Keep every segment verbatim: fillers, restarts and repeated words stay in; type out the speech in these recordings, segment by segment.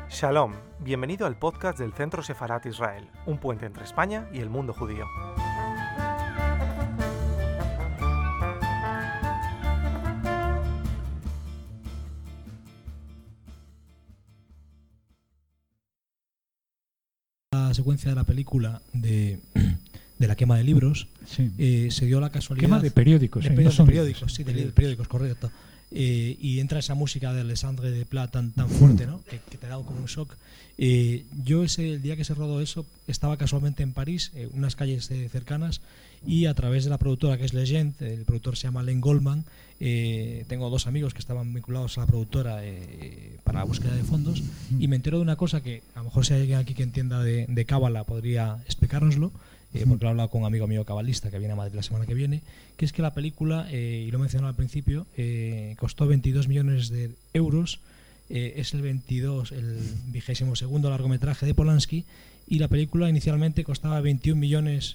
Shalom, bienvenido al podcast del Centro Sefarat Israel, un puente entre España y el mundo judío. La secuencia de la película de, de la quema de libros, sí. eh, se dio la casualidad... Quema de periódicos. De, ¿eh? periódicos, no de periódicos, sí, de periódicos, periódicos correcto. Eh, y entra esa música de Alessandre Desplat tan, tan fuerte, ¿no? que, que te da como un shock. Eh, yo ese el día que se rodó eso estaba casualmente en París, eh, unas calles eh, cercanas, y a través de la productora que es Legend, el productor se llama Len Goldman, eh, tengo dos amigos que estaban vinculados a la productora eh, para la búsqueda de fondos, y me entero de una cosa que a lo mejor si hay alguien aquí que entienda de, de cábala podría explicárnoslo. Eh, porque lo he hablado con un amigo mío cabalista que viene a Madrid la semana que viene, que es que la película, eh, y lo he mencionado al principio, eh, costó veintidós millones de euros, eh, es el veintidós, el vigésimo segundo largometraje de Polanski, y la película inicialmente costaba veintiún millones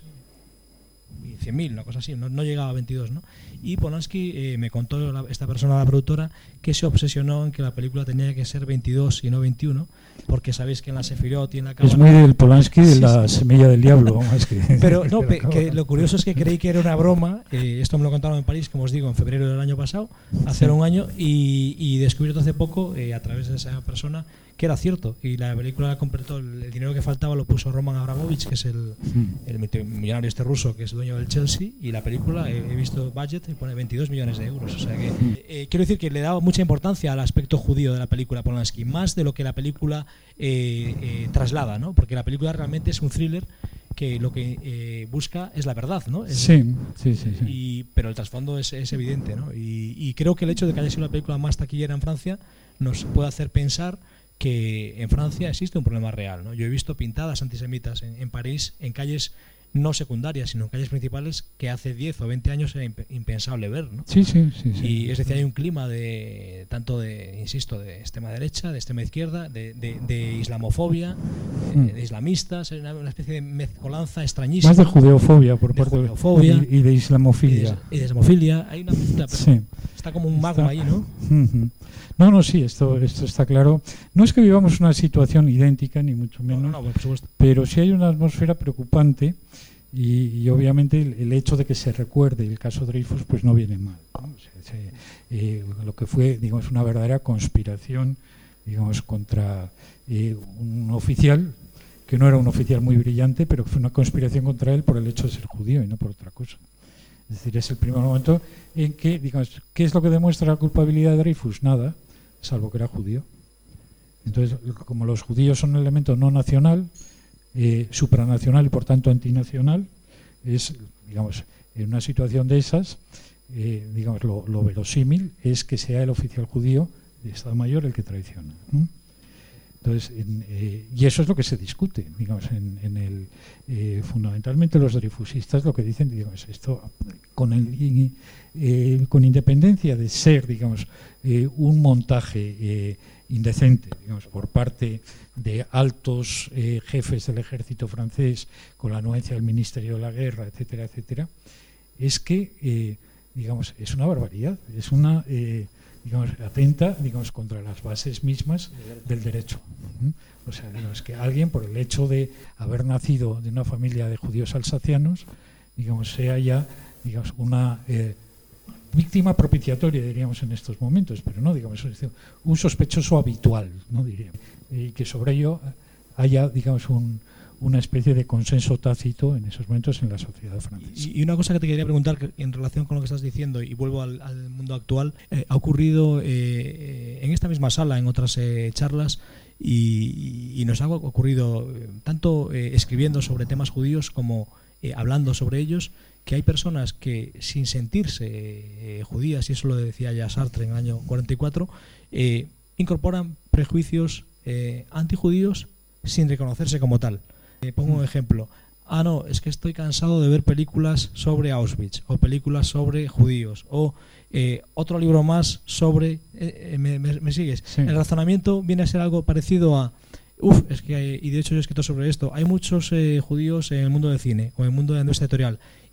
y cien mil, una cosa así, no, no llegaba a veintidós, ¿no? Y Polanski eh, me contó la, esta persona, la productora, que se obsesionó en que la película tenía que ser veintidós y no veintiuno, porque sabéis que en la Sefirot y en la cábala... Es muy del Polanski de sí, la sí. semilla del diablo. Más que Pero no, pe, que lo curioso es que creí que era una broma, eh, esto me lo contaron en París, como os digo, en febrero del año pasado, hace sí. un año, y, y descubierto hace poco, eh, a través de esa persona, que era cierto, y la película completó, el dinero que faltaba lo puso Roman Abramovich, que es el, el millonario este ruso, que es dueño del Chelsea, y la película, eh, he visto budget, y pone veintidós millones de euros, o sea que eh, quiero decir que le daba mucha importancia al aspecto judío de la película Polanski, más de lo que la película eh, eh, traslada, ¿no? Porque la película realmente es un thriller que lo que eh, busca es la verdad, ¿no? Es, sí, sí, sí, sí. Y, pero el trasfondo es, es evidente, ¿no? Y, y creo que el hecho de que haya sido la película más taquillera en Francia nos puede hacer pensar que en Francia existe un problema real, ¿no? Yo he visto pintadas antisemitas en, en París, en calles no secundarias, sino en calles principales, que hace diez o veinte años era imp- impensable ver, ¿no? Sí, sí, sí, sí. Y es decir, hay un clima de tanto de, insisto, de extrema derecha, de extrema izquierda, de, de, de islamofobia, mm. de, de islamistas, una, una especie de mezcolanza extrañísima. Más de judeofobia por de parte judeofobia, de y, y de islamofilia. Y de, y de islamofilia. Hay una mezcla, pero sí. está como un magma está, ahí, ¿no? Uh-huh. No, no, sí, esto, esto está claro. No es que vivamos una situación idéntica, ni mucho menos, no, no, no, por supuesto. Pero sí hay una atmósfera preocupante. Y, y obviamente el, el hecho de que se recuerde el caso Dreyfus pues no viene mal, ¿no? O sea, se, eh, lo que fue, digamos, una verdadera conspiración, digamos, contra eh, un oficial que no era un oficial muy brillante, pero que fue una conspiración contra él por el hecho de ser judío y no por otra cosa. Es decir, es el primer momento en que, digamos, ¿qué es lo que demuestra la culpabilidad de Dreyfus? Nada, salvo que era judío. Entonces, como los judíos son un elemento no nacional, Eh, supranacional y por tanto antinacional, es, digamos, en una situación de esas, eh, digamos, lo, lo verosímil es que sea el oficial judío de Estado Mayor el que traiciona, ¿no? Entonces, en, eh, y eso es lo que se discute, digamos, en, en el, eh, fundamentalmente los dreyfusistas lo que dicen, digamos, esto con, el, eh, con independencia de ser, digamos, eh, un montaje eh, indecente, digamos, por parte de altos eh, jefes del ejército francés con la anuencia del Ministerio de la Guerra, etcétera, etcétera, es que, eh, digamos, es una barbaridad, es una, eh, digamos, atenta, digamos, contra las bases mismas del derecho. ¿Mm? O sea, digamos, que alguien, por el hecho de haber nacido de una familia de judíos alsacianos, digamos, sea ya, digamos, una eh, víctima propiciatoria, diríamos, en estos momentos, pero no, digamos, un sospechoso habitual, no diríamos, y que sobre ello haya, digamos, un, una especie de consenso tácito en esos momentos en la sociedad francesa. Y, y una cosa que te quería preguntar que en relación con lo que estás diciendo, y vuelvo al, al mundo actual, eh, ha ocurrido eh, en esta misma sala, en otras eh, charlas, y, y nos ha ocurrido eh, tanto eh, escribiendo sobre temas judíos como eh, hablando sobre ellos, que hay personas que sin sentirse eh, judías, y eso lo decía ya Sartre en el año cuarenta y cuatro, eh, incorporan prejuicios eh, antijudíos sin reconocerse como tal. Eh, pongo un ejemplo. Ah, no, es que estoy cansado de ver películas sobre Auschwitz o películas sobre judíos o eh, otro libro más sobre... Eh, me, me, ¿Me sigues? Sí. El razonamiento viene a ser algo parecido a... Uf, es que hay, y de hecho yo he escrito sobre esto, hay muchos eh, judíos en el mundo del cine o en el mundo de la industria editorial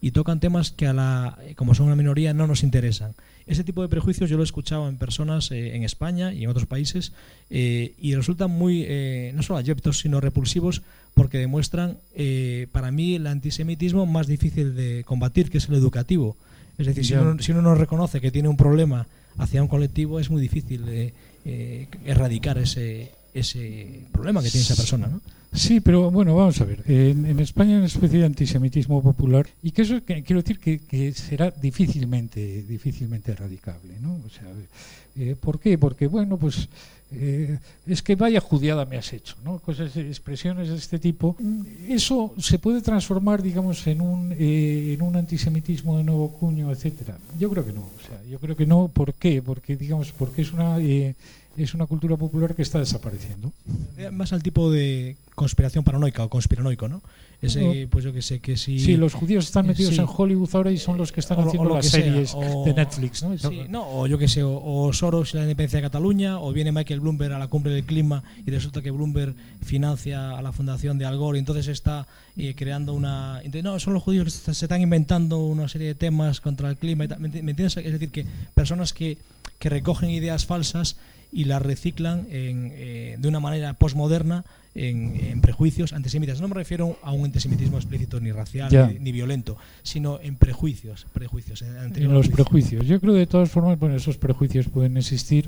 y tocan temas que, a la, como son una minoría, no nos interesan. Ese tipo de prejuicios yo lo he escuchado en personas eh, en España y en otros países eh, y resultan muy, eh, no solo abyectos, sino repulsivos, porque demuestran, eh, para mí, el antisemitismo más difícil de combatir, que es el educativo. Es decir, si uno, si uno no reconoce que tiene un problema hacia un colectivo, es muy difícil eh, eh, erradicar ese, ese problema que tiene esa persona, ¿no? Sí, pero bueno, vamos a ver. En, en España hay una especie de antisemitismo popular y que eso que, quiero decir que, que será difícilmente, difícilmente erradicable, ¿no? O sea, eh, ¿por qué? Porque bueno, pues eh, es que vaya judiada me has hecho, ¿no? Cosas, expresiones de este tipo. Eso se puede transformar, digamos, en un eh, en un antisemitismo de nuevo cuño, etcétera. Yo creo que no. O sea, yo creo que no. ¿Por qué? Porque digamos, porque es una eh, es una cultura popular que está desapareciendo. Más al tipo de conspiración paranoica o conspiranoico, ¿no? Ese, pues yo que sé, que si... Sí, los judíos están metidos sí. en Hollywood ahora y son los que están o, haciendo o las sea, series o, de Netflix, ¿no? Sí, no, o yo que sé, o, o Soros y la independencia de Cataluña, o viene Michael Bloomberg a la cumbre del clima y resulta que Bloomberg financia a la fundación de Al Gore y entonces está eh, creando una... Entonces, no, son los judíos que se están inventando una serie de temas contra el clima y tal. ¿Me entiendes? Es decir, que personas que, que recogen ideas falsas y las reciclan en, eh, de una manera postmoderna en, en prejuicios antisemitas. No me refiero a un antisemitismo explícito ni racial ni, ni violento, sino en prejuicios, prejuicios en, en los prejuicios. Yo creo de todas formas, bueno, esos prejuicios pueden existir,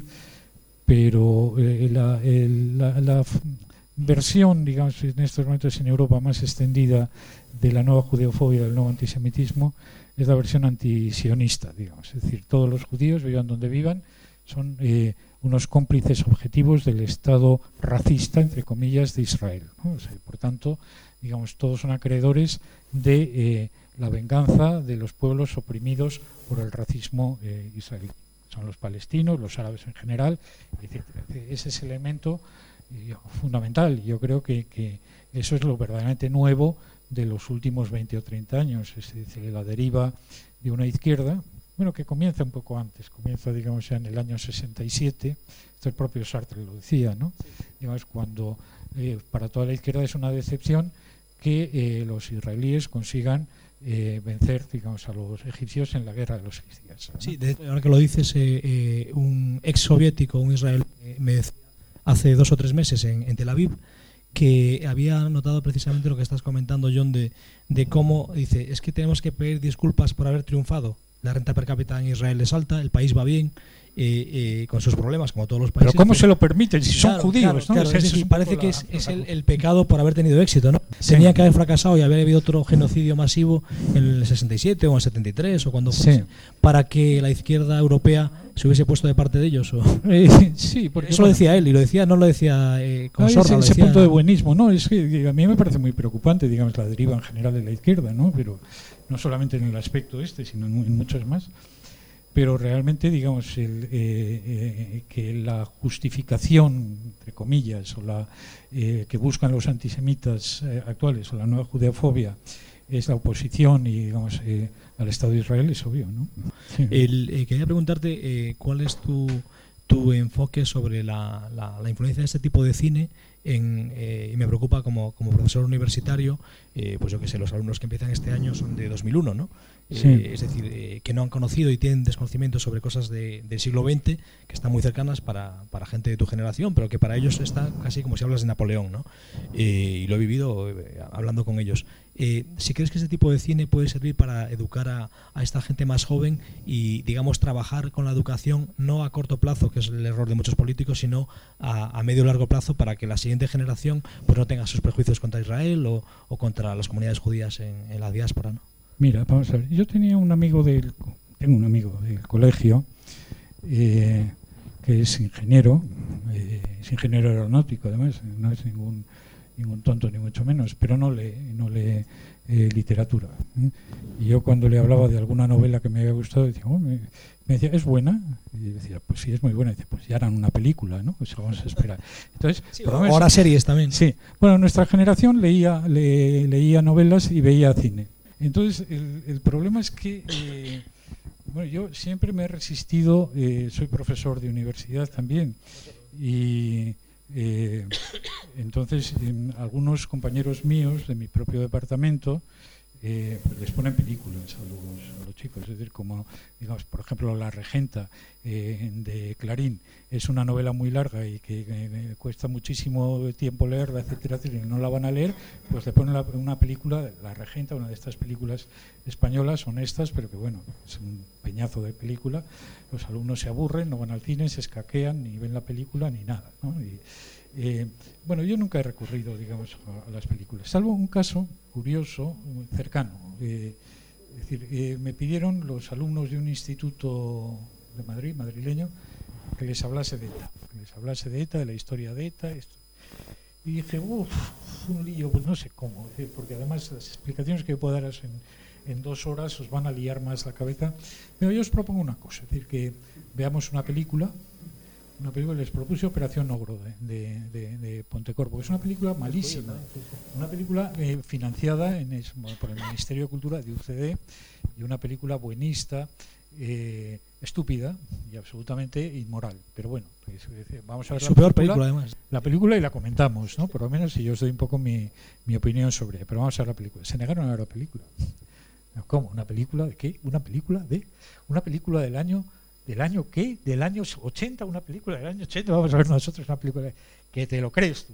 pero eh, la, el, la, la versión, digamos, en estos momentos en Europa más extendida de la nueva judeofobia, del nuevo antisemitismo, es la versión antisionista, digamos. Es decir, todos los judíos, vivan donde vivan, son eh, unos cómplices objetivos del Estado racista, entre comillas, de Israel, ¿no? O sea, por tanto, digamos, todos son acreedores de eh, la venganza de los pueblos oprimidos por el racismo eh, israelí. Son los palestinos, los árabes en general, etcétera. Ese es el elemento eh, fundamental. Yo creo que, que eso es lo verdaderamente nuevo de los últimos veinte o treinta años, es decir, la deriva de una izquierda, bueno, que comienza un poco antes, comienza, digamos, ya en el año sesenta y siete, esto el propio Sartre lo decía, ¿no? Sí. Digamos, cuando eh, para toda la izquierda es una decepción que eh, los israelíes consigan eh, vencer, digamos, a los egipcios en la guerra de los seis días, ¿no? Sí, de, ahora que lo dices, eh, eh, un ex soviético, un israelí, eh, me decía hace dos o tres meses en, en Tel Aviv, que había notado precisamente lo que estás comentando, John, de, de cómo, dice, es que tenemos que pedir disculpas por haber triunfado. La renta per cápita en Israel es alta, el país va bien, eh, eh, con sus problemas, como todos los países. Pero ¿cómo pero, se lo permiten si claro, son judíos? Claro, ¿no? claro, o sea, es decir, es parece que la, es, es el, el pecado por haber tenido éxito, ¿no? Sí. Tenía que haber fracasado y haber habido otro genocidio masivo en el sesenta y siete o en el setenta y tres o cuando fuese, sí. para que la izquierda europea se hubiese puesto de parte de ellos. O... Eh, sí, porque eso bueno, lo decía él y lo decía, no lo decía eh, con no, sorna, ese, lo ese decía... punto de buenismo, no, es que a mí me parece muy preocupante, digamos, la deriva en general de la izquierda, ¿no? Pero no solamente en el aspecto este, sino en, en muchos más. Pero realmente, digamos, el, eh, eh, que la justificación, entre comillas, o la eh, que buscan los antisemitas eh, actuales, o la nueva judeofobia, es la oposición y, digamos, eh, al Estado de Israel, es obvio, ¿no? Sí. El, eh, quería preguntarte eh, cuál es tu, tu enfoque sobre la, la, la influencia de este tipo de cine en, eh, y me preocupa como, como profesor universitario, eh, pues yo que sé, los alumnos que empiezan este año son de dos mil uno, ¿no? Sí. Eh, es decir, eh, que no han conocido y tienen desconocimiento sobre cosas de, del siglo veinte que están muy cercanas para, para gente de tu generación, pero que para ellos está casi como si hablas de Napoleón, ¿no? Eh, y lo he vivido eh, hablando con ellos. Eh, si crees que este tipo de cine puede servir para educar a, a esta gente más joven y, digamos, trabajar con la educación no a corto plazo, que es el error de muchos políticos, sino a, a medio o largo plazo para que la siguiente generación pues no tenga sus prejuicios contra Israel o, o contra las comunidades judías en, en la diáspora, ¿no? Mira, vamos a ver, yo tenía un amigo del, tengo un amigo del colegio eh, que es ingeniero, eh, es ingeniero aeronáutico además, no es ningún ningún tonto ni mucho menos, pero no lee, no lee eh, literatura. ¿eh? Y yo cuando le hablaba de alguna novela que me había gustado, decía, oh, me, me decía, ¿es buena? Y yo decía, pues sí, es muy buena. Y dice, pues ya harán una película, ¿no? Pues vamos a esperar. Entonces, sí, ahora series también. Sí. Bueno, nuestra generación leía, le, leía novelas y veía cine. Entonces, el, el problema es que eh, bueno, yo siempre me he resistido, eh, soy profesor de universidad también, y eh, entonces eh, algunos compañeros míos de mi propio departamento eh, les ponen películas a los, a los chicos, es decir, como, digamos, por ejemplo, La Regenta eh, de Clarín es una novela muy larga y que eh, cuesta muchísimo tiempo leerla, etcétera, etcétera, y no la van a leer, pues le ponen la, una película, La Regenta, una de estas películas españolas honestas, pero que bueno, es un peñazo de película. Los alumnos se aburren, no van al cine, se escaquean, ni ven la película, ni nada, ¿no? Y, Eh, bueno, yo nunca he recurrido, digamos, a, a las películas, salvo un caso curioso, cercano. Eh, es decir, eh, me pidieron los alumnos de un instituto de Madrid, madrileño, que les hablase de ETA, que les hablase de ETA, de la historia de ETA. Esto. Y dije, uff, un lío, pues no sé cómo, es decir, porque además las explicaciones que puedo dar en, en dos horas os van a liar más la cabeza. Pero yo os propongo una cosa, es decir, que veamos una película. Una película, les propuse Operación Ogro de, de, de, de Pontecorvo, que es una película malísima, una película eh, financiada en es, por el Ministerio de Cultura de U C D, y una película buenista, eh, estúpida y absolutamente inmoral. Pero bueno, pues, vamos a ver su la peor película, película, además. La película y la comentamos, ¿no? Por lo menos si yo os doy un poco mi, mi opinión sobre ella. Pero vamos a ver la película. Se negaron a ver la película. ¿Cómo? ¿Una película de qué? Una película de una película del año ¿Del año qué? ¿Del año ochenta? Una película del año ochenta. Vamos a ver nosotros una película que te lo crees tú.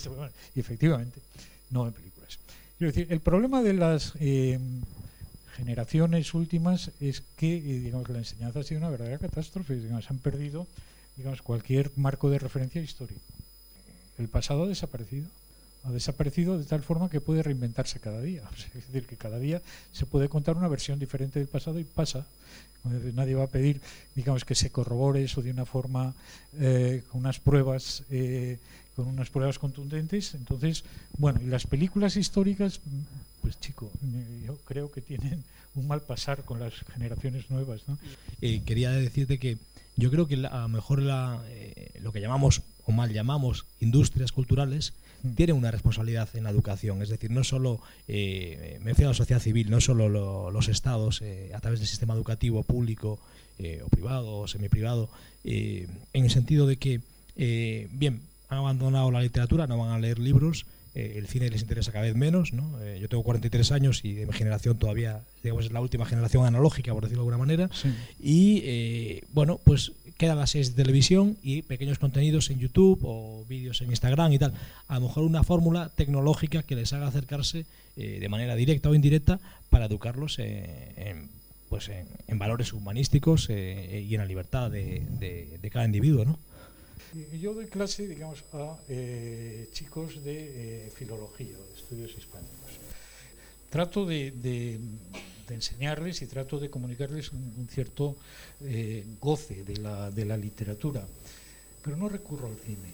Y efectivamente, no en películas. Quiero decir, el problema de las eh, generaciones últimas es que, eh, digamos, la enseñanza ha sido una verdadera catástrofe. Digamos, han perdido, digamos, cualquier marco de referencia histórico. El pasado ha desaparecido. Ha desaparecido de tal forma que puede reinventarse cada día. Es decir, que cada día se puede contar una versión diferente del pasado y pasa. Nadie va a pedir, digamos, que se corrobore eso de una forma eh, con unas pruebas eh, con unas pruebas contundentes. Entonces, bueno, y las películas históricas, pues chico, yo creo que tienen un mal pasar con las generaciones nuevas, ¿no? Eh, quería decirte que yo creo que la, a lo mejor la, eh, lo que llamamos o mal llamamos industrias culturales mm. tienen una responsabilidad en la educación. Es decir, no solo, eh, me refiero a la sociedad civil, no solo lo, los estados eh, a través del sistema educativo público eh, o privado o semiprivado, eh, en el sentido de que, eh, bien, han abandonado la literatura, no van a leer libros, eh, el cine les interesa cada vez menos, ¿no? Eh, yo tengo cuarenta y tres años y de mi generación todavía, digamos, es la última generación analógica, por decirlo de alguna manera, sí. y eh, bueno, pues quedan las series de televisión y pequeños contenidos en YouTube o vídeos en Instagram y tal. A lo mejor una fórmula tecnológica que les haga acercarse eh, de manera directa o indirecta para educarlos eh, en, pues en, en valores humanísticos eh, y en la libertad de, de, de cada individuo, ¿no? Yo doy clase, digamos, a eh, chicos de eh, filología, de estudios hispánicos. Trato de, de, de enseñarles y trato de comunicarles un, un cierto eh, goce de la, de la literatura, pero no recurro al cine.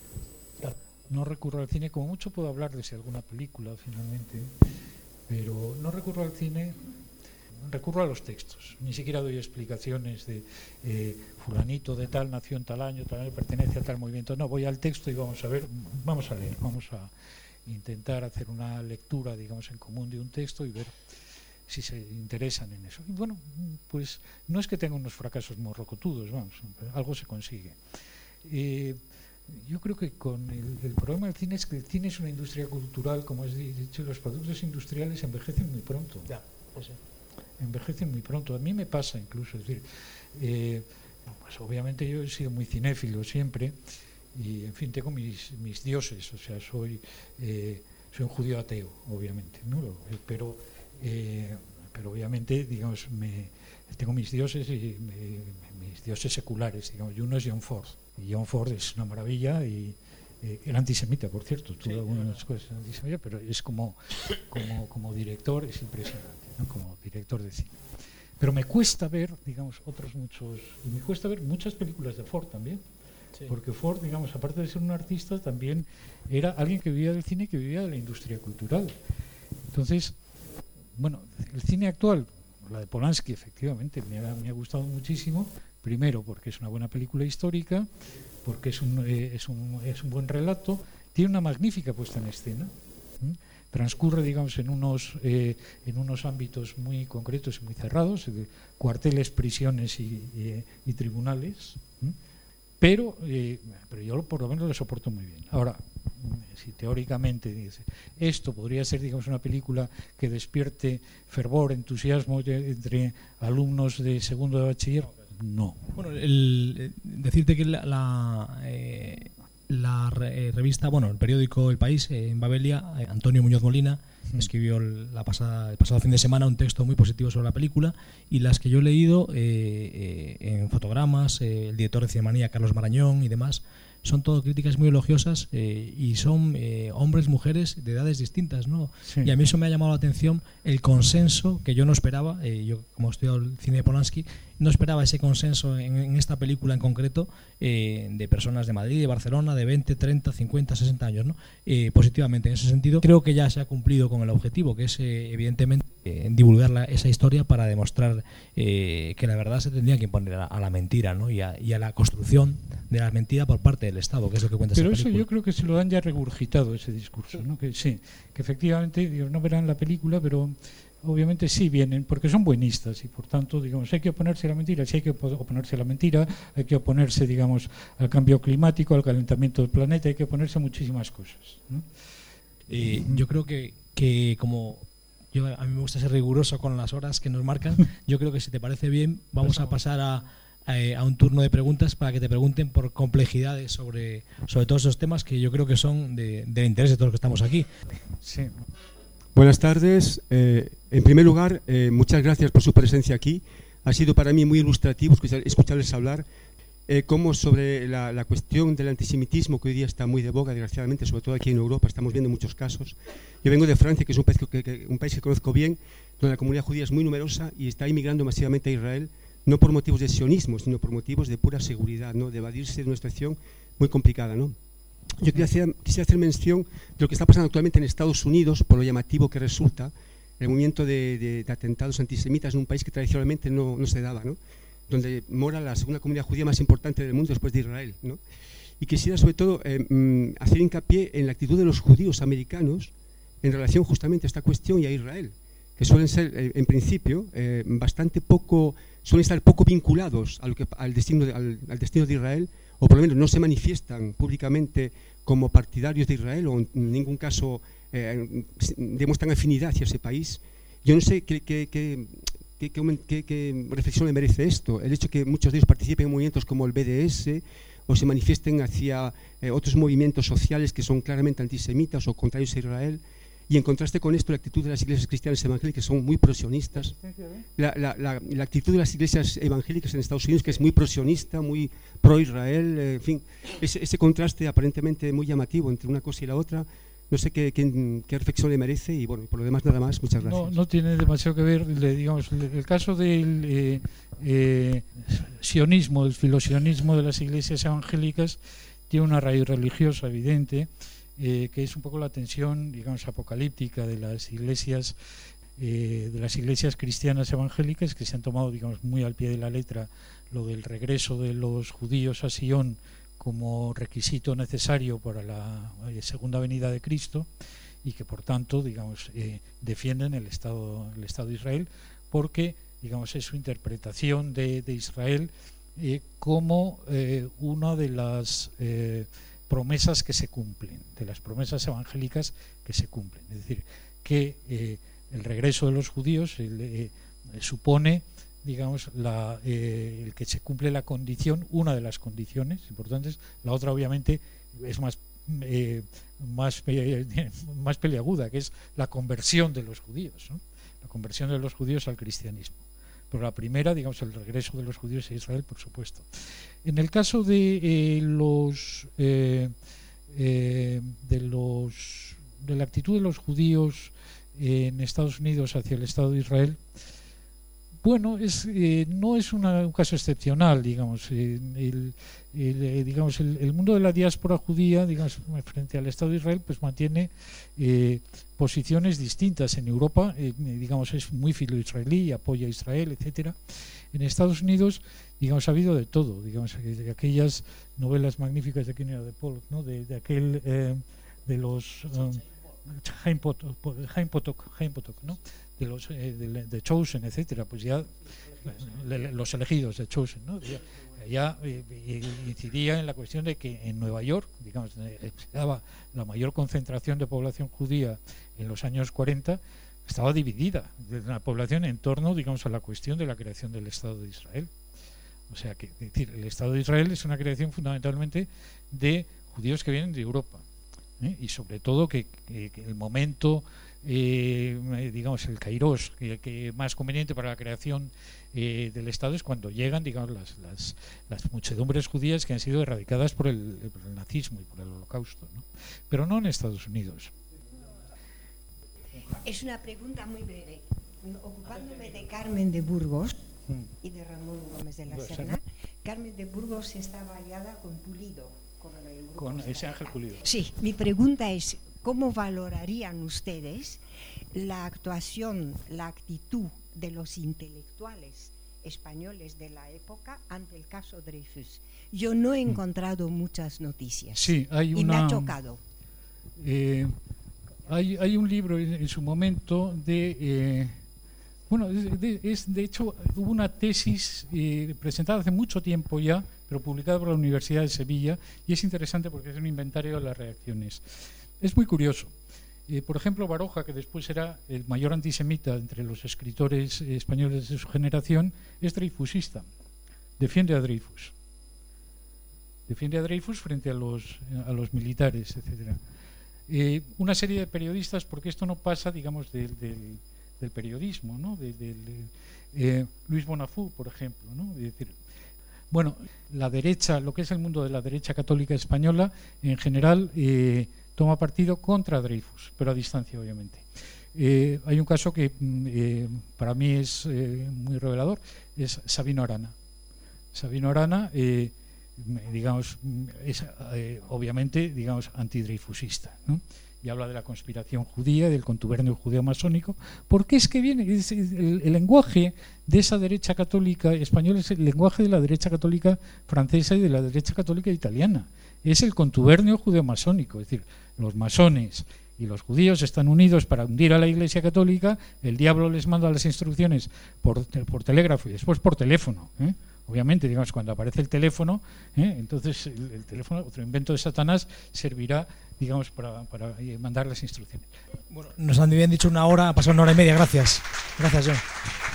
No recurro al cine, como mucho puedo hablarles de alguna película, finalmente, pero no recurro al cine. Recurro a los textos, ni siquiera doy explicaciones de eh, fulanito de tal nació en tal año, tal año pertenece a tal movimiento. No, voy al texto y vamos a ver, vamos a leer, vamos a intentar hacer una lectura, digamos, en común de un texto y ver si se interesan en eso. Y bueno, pues no es que tenga unos fracasos morrocotudos, vamos, algo se consigue. Eh, yo creo que con el, el problema del cine es que el cine es una industria cultural, como has dicho, los productos industriales envejecen muy pronto. Ya, pues sí. Envejecen muy pronto. A mí me pasa incluso, es decir, eh, pues obviamente yo he sido muy cinéfilo siempre y, en fin, tengo mis, mis dioses, o sea, soy eh, soy un judío ateo, obviamente, ¿no? Pero, eh, pero obviamente, digamos, me, tengo mis dioses y me, mis dioses seculares, digamos, y uno es John Ford. Y John Ford es una maravilla y eh, era antisemita, por cierto, tuvo sí, algunas cosas antisemitas, pero es como, como, como director es impresionante, ¿no? Como director de cine. Pero me cuesta ver, digamos, otros muchos, y me cuesta ver muchas películas de Ford también, sí. Porque Ford, digamos, aparte de ser un artista, también era alguien que vivía del cine y que vivía de la industria cultural. Entonces, bueno, el cine actual, la de Polanski, efectivamente, me ha, me ha gustado muchísimo, primero porque es una buena película histórica, porque es un, eh, es un, es un buen relato, tiene una magnífica puesta en escena, ¿eh? Transcurre, digamos, en unos eh, en unos ámbitos muy concretos y muy cerrados, de cuarteles, prisiones y, y, y tribunales, ¿eh? pero, eh, pero yo por lo menos lo soporto muy bien. Ahora, si teóricamente dice, esto podría ser, digamos, una película que despierte fervor, entusiasmo entre alumnos de segundo de bachiller, no. Bueno, el, decirte que la, la, eh, la re, revista, bueno, el periódico El País, eh, en Babelia, eh, Antonio Muñoz Molina mm. escribió la pasada, el pasado fin de semana un texto muy positivo sobre la película, y las que yo he leído eh, eh, en Fotogramas, eh, el director de Cinemanía, Carlos Marañón y demás, son todo críticas muy elogiosas eh, y son eh, hombres, mujeres de edades distintas, ¿no? Sí. Y a mí eso me ha llamado la atención, el consenso que yo no esperaba. Eh, yo, como he estudiado el cine de Polanski, no esperaba ese consenso en, en esta película en concreto, eh, de personas de Madrid, de Barcelona, de veinte, treinta, cincuenta, sesenta años, ¿no? Eh, positivamente en ese sentido. Creo que ya se ha cumplido con el objetivo, que es eh, evidentemente eh, divulgar la, esa historia para demostrar eh, que la verdad se tendría que imponer a, a la mentira, ¿no? y, a, y a la construcción de la mentira por parte del Estado, que es lo que cuenta esa película. Pero eso yo creo que se lo han ya regurgitado, ese discurso, ¿no? Que sí, que efectivamente, Dios, no verán la película, pero obviamente sí vienen, porque son buenistas y por tanto, digamos, hay que oponerse a la mentira. Si hay que oponerse a la mentira, hay que oponerse, digamos, al cambio climático, al calentamiento del planeta, hay que oponerse a muchísimas cosas, ¿no? Eh, yo creo que, que como yo, a mí me gusta ser riguroso con las horas que nos marcan, yo creo que si te parece bien, vamos a pasar a a un turno de preguntas para que te pregunten por complejidades sobre, sobre todos esos temas que yo creo que son de, de interés de todos los que estamos aquí. Sí. Buenas tardes. Eh, en primer lugar, eh, muchas gracias por su presencia aquí. Ha sido para mí muy ilustrativo escuchar, escucharles hablar eh, cómo sobre la, la cuestión del antisemitismo, que hoy día está muy de boga, desgraciadamente, sobre todo aquí en Europa, estamos viendo muchos casos. Yo vengo de Francia, que es un país que, que, un país que conozco bien, donde la comunidad judía es muy numerosa y está inmigrando masivamente a Israel, no por motivos de sionismo, sino por motivos de pura seguridad, ¿no? De evadirse de una situación muy complicada, ¿no? Yo quisiera hacer, quisiera hacer mención de lo que está pasando actualmente en Estados Unidos, por lo llamativo que resulta el movimiento de, de, de atentados antisemitas en un país que tradicionalmente no, no se daba, ¿no? Donde mora la segunda comunidad judía más importante del mundo después de Israel, ¿no? Y quisiera sobre todo eh, hacer hincapié en la actitud de los judíos americanos en relación justamente a esta cuestión y a Israel, que suelen ser, eh, en principio, eh, bastante poco... suelen estar poco vinculados a lo que, al, destino de, al, al destino de Israel, o por lo menos no se manifiestan públicamente como partidarios de Israel, o en ningún caso eh, demuestran afinidad hacia ese país. Yo no sé qué, qué, qué, qué, qué, qué reflexión le merece esto, el hecho que muchos de ellos participen en movimientos como el B D S, o se manifiesten hacia eh, otros movimientos sociales que son claramente antisemitas o contrarios a Israel. Y en contraste con esto, la actitud de las iglesias cristianas evangélicas son muy prosionistas. La, la, la, la actitud de las iglesias evangélicas en Estados Unidos, que es muy prosionista, muy pro-Israel, eh, en fin, ese, ese contraste aparentemente muy llamativo entre una cosa y la otra, no sé qué, qué, qué reflexión le merece y bueno, por lo demás nada más, muchas gracias. No, no tiene demasiado que ver, le, digamos, el caso del eh, eh, sionismo, el filosionismo de las iglesias evangélicas tiene una raíz religiosa evidente, Eh, que es un poco la tensión, digamos, apocalíptica de las iglesias eh, de las iglesias cristianas evangélicas, que se han tomado, digamos, muy al pie de la letra lo del regreso de los judíos a Sion como requisito necesario para la eh, segunda venida de Cristo, y que por tanto, digamos, eh, defienden el Estado, el Estado de Israel, porque, digamos, es su interpretación de, de Israel eh, como eh, una de las eh, promesas que se cumplen, de las promesas evangélicas que se cumplen. Es decir, que eh, el regreso de los judíos el, eh, supone, digamos, la, eh, el que se cumple la condición, una de las condiciones importantes. La otra, obviamente, es más eh, más, eh, más peliaguda, que es la conversión de los judíos, ¿no? La conversión de los judíos al cristianismo. Pero la primera, digamos, el regreso de los judíos a Israel, por supuesto. En el caso de eh, los eh, eh, de los de la actitud de los judíos eh, en Estados Unidos hacia el Estado de Israel, bueno, es eh, no es una, un caso excepcional, digamos. Eh, el, el, eh, digamos el, el mundo de la diáspora judía, digamos, frente al Estado de Israel, pues mantiene eh, posiciones distintas. En Europa, eh, digamos, es muy filo-israelí, apoya a Israel, etcétera. En Estados Unidos, digamos, ha habido de todo, digamos, de aquellas novelas magníficas de quién era, de Pollock, ¿no? De, de aquel eh, de los um, Jaime Potok, Jaime Potok, Jaime Potok, ¿no? de los eh, de, de Chosen, etcétera, pues ya le, los elegidos de Chosen, ¿no? Ya, ya eh, incidía en la cuestión de que en Nueva York, digamos, estaba la mayor concentración de población judía en los años cuarenta, estaba dividida la población en torno, digamos, a la cuestión de la creación del Estado de Israel. O sea que, es decir, el Estado de Israel es una creación fundamentalmente de judíos que vienen de Europa, ¿eh? Y sobre todo que, que, que el momento, eh, digamos, el kairos que, que más conveniente para la creación eh, del Estado es cuando llegan, digamos, las, las, las muchedumbres judías que han sido erradicadas por el, por el nazismo y por el holocausto, ¿no? Pero no en Estados Unidos. Es una pregunta muy breve. Ocupándome de Carmen de Burgos y de Ramón Gómez de la Serna, Carmen de Burgos estaba aliada con Pulido, con, el grupo con ese Ángel Pulido. Sí, mi pregunta es, ¿cómo valorarían ustedes la actuación, la actitud de los intelectuales españoles de la época ante el caso Dreyfus? Yo no he encontrado muchas noticias, sí, hay y una, me ha chocado. Eh, hay, hay un libro en, en su momento de... Eh, Bueno, es de, es, de hecho, hubo una tesis eh, presentada hace mucho tiempo ya, pero publicada por la Universidad de Sevilla, y es interesante porque es un inventario de las reacciones. Es muy curioso. Eh, por ejemplo, Baroja, que después era el mayor antisemita entre los escritores españoles de su generación, es dreyfusista. Defiende a Dreyfus. Defiende a Dreyfus frente a los, a los militares, etcétera. Eh, una serie de periodistas, porque esto no pasa, digamos, del... del del periodismo, ¿no? De, de, de, eh, Luis Bonafú, por ejemplo, ¿no? Es decir, bueno, la derecha, lo que es el mundo de la derecha católica española, en general eh, toma partido contra Dreyfus, pero a distancia, obviamente. Eh, hay un caso que eh, para mí es eh, muy revelador, es Sabino Arana. Sabino Arana, eh, digamos, es eh, obviamente, digamos, antidreyfusista, ¿no? Y habla de la conspiración judía, del contubernio judeo-masónico, porque es que viene, es el, el lenguaje de esa derecha católica española es el lenguaje de la derecha católica francesa y de la derecha católica italiana. Es el contubernio judeo-masónico, es decir, los masones y los judíos están unidos para hundir a la Iglesia Católica, el diablo les manda las instrucciones por, por telégrafo y después por teléfono, ¿eh? Obviamente, digamos, cuando aparece el teléfono, ¿eh? entonces el, el teléfono, otro invento de Satanás, servirá, digamos, para, para mandar las instrucciones. Bueno, nos han bien dicho una hora, ha pasado una hora y media, gracias. Gracias, John.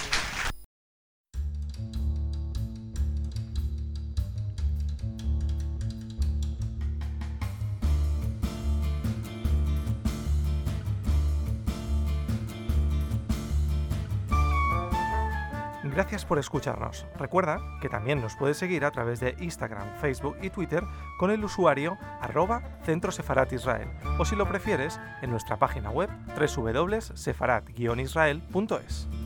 Gracias por escucharnos. Recuerda que también nos puedes seguir a través de Instagram, Facebook y Twitter con el usuario arroba Centro Sefarat Israel, o si lo prefieres, en nuestra página web doble u doble u doble u punto sefarat guion israel punto es.